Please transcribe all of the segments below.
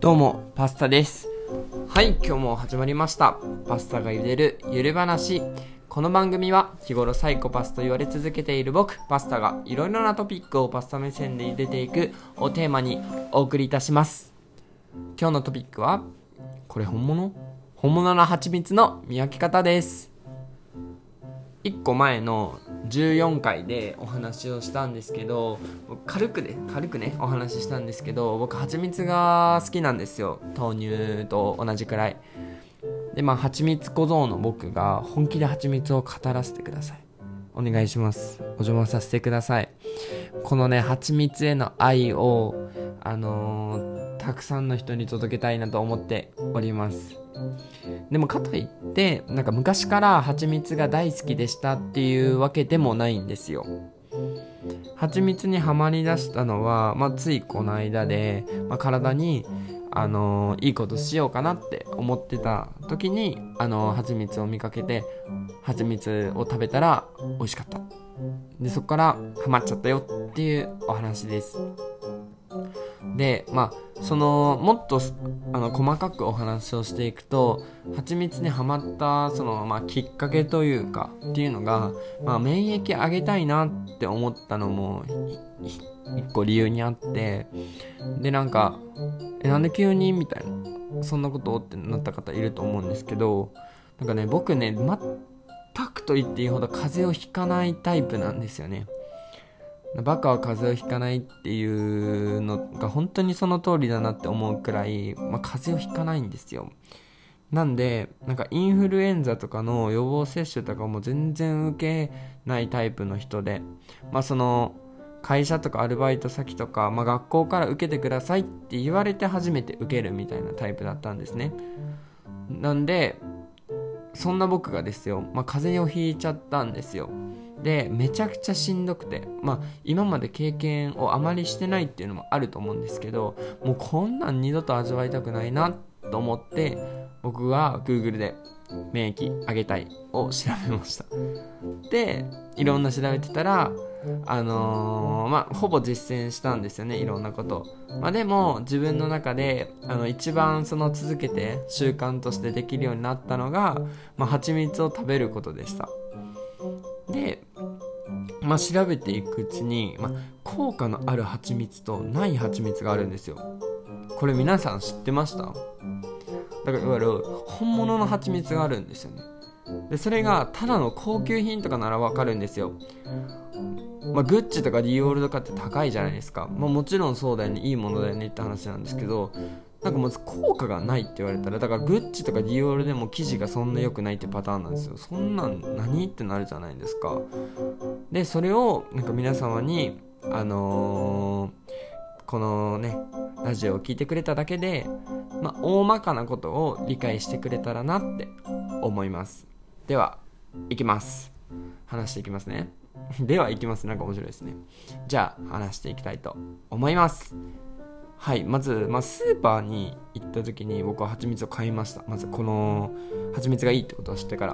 どうもパスタです。はい、今日も始まりましたパスタが茹でるゆる話。この番組は日頃サイコパスと言われ続けている僕パスタがいろいろなトピックをパスタ目線で茹でていくをテーマにお送りいたします。今日のトピックはこれ本物の蜂蜜の見分け方です。1個前の14回でお話をしたんですけど、軽くねお話ししたんですけど、僕蜂蜜が好きなんですよ。豆乳と同じくらいで、蜂蜜小僧の僕が本気で蜂蜜を語らせてください。お願いします。お邪魔させてください。このね蜂蜜への愛をたくさんの人に届けたいなと思っております。でもかといって昔から蜂蜜が大好きでしたっていうわけでもないんですよ。蜂蜜にはまりだしたのは、ついこの間で、体にいいことしようかなって思ってた時に蜂蜜を見かけて、蜂蜜を食べたら美味しかった。でそこからハマっちゃったよっていうお話です。でもっと細かくお話をしていくと、蜂蜜にハマったきっかけというかっていうのが、免疫上げたいなって思ったのも一個理由にあって、でなんで急にみたいな、そんなことってなった方いると思うんですけど、僕ね全くと言っていいほど風邪をひかないタイプなんですよね。バカは風邪をひかないっていうのが本当にその通りだなって思うくらい、風邪をひかないんですよ。なんでインフルエンザとかの予防接種とかも全然受けないタイプの人で、その会社とかアルバイト先とか、学校から受けてくださいって言われて初めて受けるみたいなタイプだったんですね。なんでそんな僕がですよ、風邪をひいちゃったんですよ。でめちゃくちゃしんどくて、今まで経験をあまりしてないっていうのもあると思うんですけど、もうこんなん二度と味わいたくないなと思って、僕は Google で免疫上げたいを調べました。でいろんな調べてたらほぼ実践したんですよね、いろんなこと。でも自分の中で一番続けて習慣としてできるようになったのが、蜂蜜を食べることでした。で調べていくうちに、効果のある蜂蜜とない蜂蜜があるんですよ。これ皆さん知ってました？だからいわゆる本物の蜂蜜があるんですよね。でそれがただの高級品とかならわかるんですよ。グッチとかディオールとかって高いじゃないですか。もちろんそうだよね、いいものだよねって話なんですけど、まず効果がないって言われたら、だからグッチとかディオールでも生地がそんな良くないってパターンなんですよ。そんなん何ってなるじゃないですか。でそれを皆様にこのねラジオを聞いてくれただけで、大まかなことを理解してくれたらなって思います。では行きます。話していきますね。では行きます。面白いですね。じゃあ話していきたいと思います。はい、まず、スーパーに行った時に僕は蜂蜜を買いました。まずこの蜂蜜がいいってことを知ってから、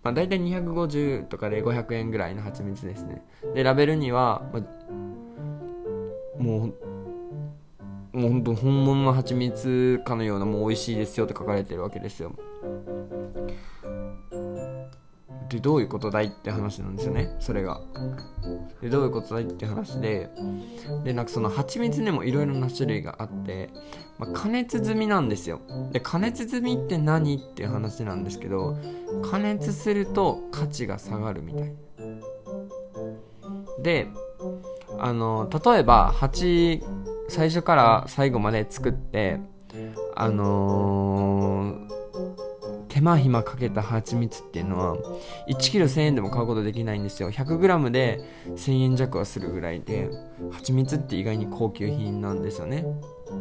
だいたい250とかで500円ぐらいの蜂蜜ですね。でラベルには、もう本当本物の蜂蜜かのようなもう美味しいですよって書かれてるわけですよ。でどういうことだいって話なんですよね。それがでどういうことだいって話で、その蜂蜜にもいろいろな種類があって、加熱済みなんですよ。で加熱済みって何っていう話なんですけど、加熱すると価値が下がるみたいで、例えば最初から最後まで作って手間暇かけた蜂蜜っていうのは 1kg1000 円でも買うことできないんですよ。 100g で1000円弱はするぐらいで、蜂蜜って意外に高級品なんですよね。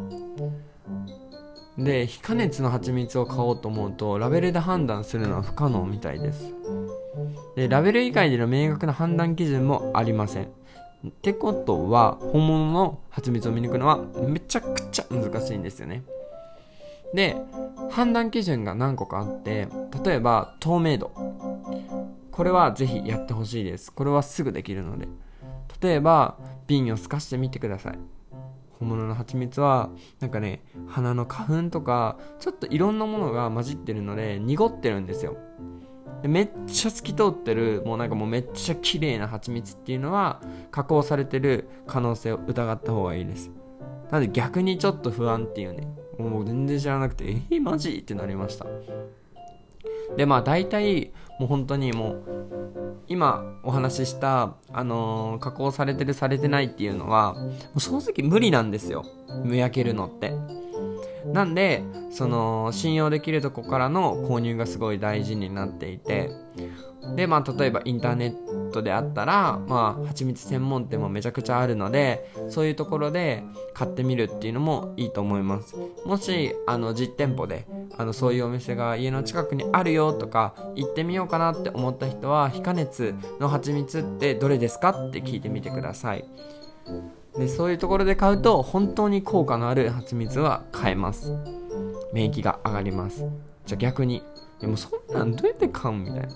で非加熱の蜂蜜を買おうと思うとラベルで判断するのは不可能みたいです。でラベル以外での明確な判断基準もありません。ってことは本物の蜂蜜を見抜くのはめちゃくちゃ難しいんですよね。で判断基準が何個かあって、例えば透明度、これはぜひやってほしいです。これはすぐできるので、例えば瓶を透かしてみてください。 本物の蜂蜜はなんかね、花の花粉とかちょっといろんなものが混じってるので濁ってるんですよ。でめっちゃ透き通ってる、もうめっちゃ綺麗な蜂蜜っていうのは加工されてる可能性を疑った方がいいです。なので逆にちょっと不安っていうね、もう全然知らなくてマジってなりました。で大体もう本当にもう今お話しした、加工されてるされてないっていうのはもう正直無理なんですよ、見分けるのって。なんで信用できるとこからの購入がすごい大事になっていて、で例えばインターネットであったら蜂蜜専門店もめちゃくちゃあるので、そういうところで買ってみるっていうのもいいと思います。もし実店舗でそういうお店が家の近くにあるよとか、行ってみようかなって思った人は、非加熱の蜂蜜ってどれですかって聞いてみてください。でそういうところで買うと本当に効果のある蜂蜜は買えます。免疫が上がります。じゃあ逆にでもそんなんどうやって買うんみたいな、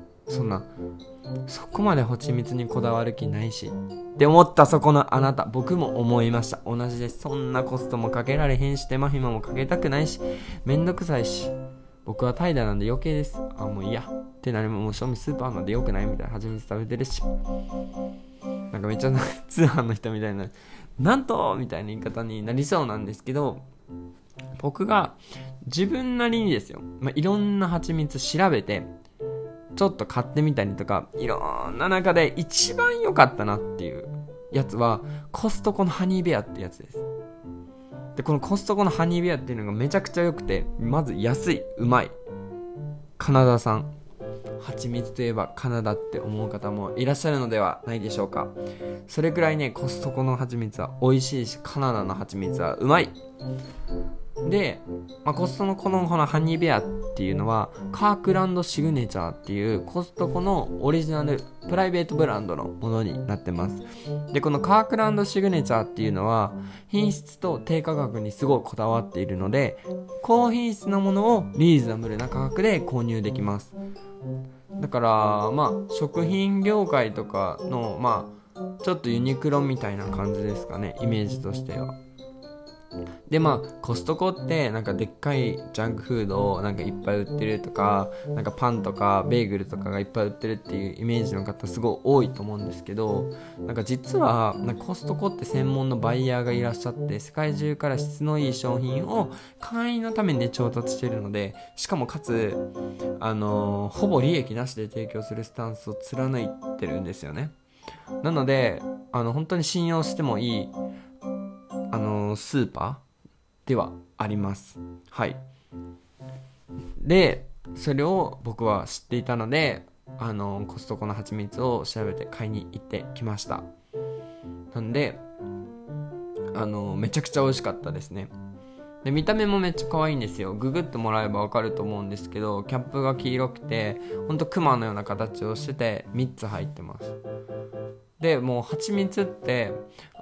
そこまで蜂蜜にこだわる気ないしって思ったそこのあなた、僕も思いました。同じです。そんなコストもかけられへんし、手間暇もかけたくないし、めんどくさいし、僕は怠惰なんで余計です。もういいやってなりも、賞味スーパーなんでよくないみたいな、蜂蜜食べてるし、なんかめっちゃ通販の人みたいな、なんとみたいな言い方になりそうなんですけど、僕が自分なりにですよ、いろんな蜂蜜調べてちょっと買ってみたりとか、いろんな中で一番良かったなっていうやつはコストコのハニーベアってやつです。でこのコストコのハニーベアっていうのがめちゃくちゃ良くて、まず安い、うまい、カナダ産、蜂蜜といえばカナダって思う方もいらっしゃるのではないでしょうか。それくらいね、コストコの蜂蜜は美味しいし、カナダの蜂蜜はうまい。で、コストコのこのハニーベアっていうのはカークランドシグネチャーっていうコストコのオリジナルプライベートブランドのものになってます。でこのカークランドシグネチャーっていうのは品質と低価格にすごいこだわっているので、高品質なものをリーズナブルな価格で購入できます。だから食品業界とかのちょっとユニクロみたいな感じですかね、イメージとしては。でコストコってなんかでっかいジャンクフードをなんかいっぱい売ってるとか、なんかパンとかベーグルとかがいっぱい売ってるっていうイメージの方すごい多いと思うんですけど、なんか実はコストコって専門のバイヤーがいらっしゃって、世界中から質のいい商品を会員のために調達しているので、しかもかつほぼ利益なしで提供するスタンスを貫いてるんですよね。なので本当に信用してもいいスーパーではあります。はい。でそれを僕は知っていたのでコストコの蜂蜜を調べて買いに行ってきました。なんでめちゃくちゃ美味しかったですね。で見た目もめっちゃ可愛いんですよ。ググってもらえばわかると思うんですけど、キャップが黄色くてほんとクマのような形をしてて3つ入ってます。でもう蜂蜜って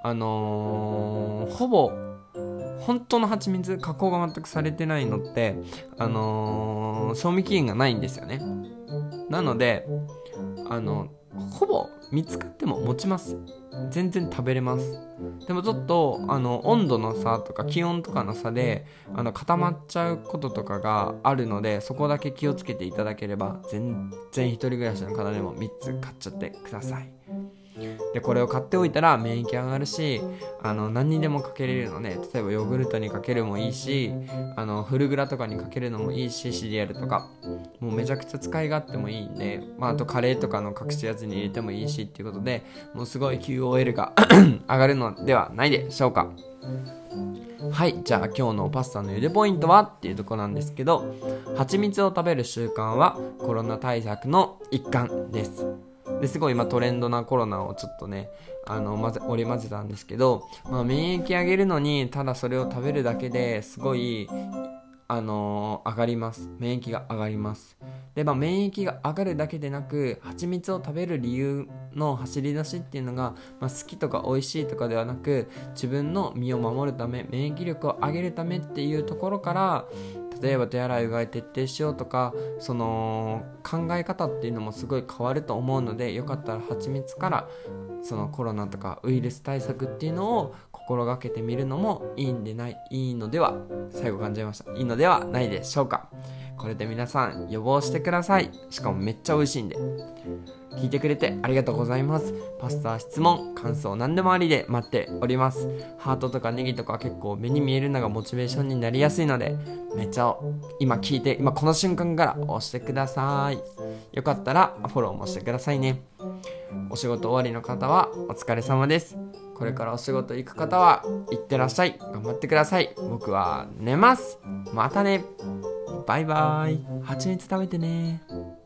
ほぼ本当の蜂蜜、加工が全くされてないのって賞味期限がないんですよね。なのでほぼ見つかっても持ちます。全然食べれます。でもちょっと温度の差とか気温とかの差で固まっちゃうこととかがあるので、そこだけ気をつけていただければ全然一人暮らしの方でも3つ買っちゃってください。でこれを買っておいたら免疫上がるし、何にでもかけれるので、例えばヨーグルトにかけるもいいし、フルグラとかにかけるのもいいし、シリアルとかもうめちゃくちゃ使い勝手もいいんで、あとカレーとかの隠し味に入れてもいいしっていうことで、もうすごい QOL が上がるのではないでしょうか。はい、じゃあ今日のパスタの茹でポイントはっていうところなんですけど、蜂蜜を食べる習慣はコロナ対策の一環です。ですごい今トレンドなコロナをちょっとね織り交ぜたんですけど、免疫上げるのにただそれを食べるだけですごい上がります。免疫が上がります。で免疫が上がるだけでなく、蜂蜜を食べる理由の走り出しっていうのが、好きとか美味しいとかではなく、自分の身を守るため、免疫力を上げるためっていうところから、例えば手洗いうがい徹底しようとか、その考え方っていうのもすごい変わると思うので、よかったら蜂蜜からそのコロナとかウイルス対策っていうのを心がけてみるのもいいのでは最後噛んじゃいました。いいのではないでしょうか。これで皆さん予防してください。しかもめっちゃ美味しいんで。聞いてくれてありがとうございます。パスタ、質問、感想何でもありで待っております。ハートとかネギとか結構目に見えるのがモチベーションになりやすいので、めっちゃ今この瞬間から押してください。よかったらフォローもしてくださいね。お仕事終わりの方はお疲れ様です。これからお仕事行く方は行ってらっしゃい。頑張ってください。僕は寝ます。またね。バイバイ。蜂蜜食べてね。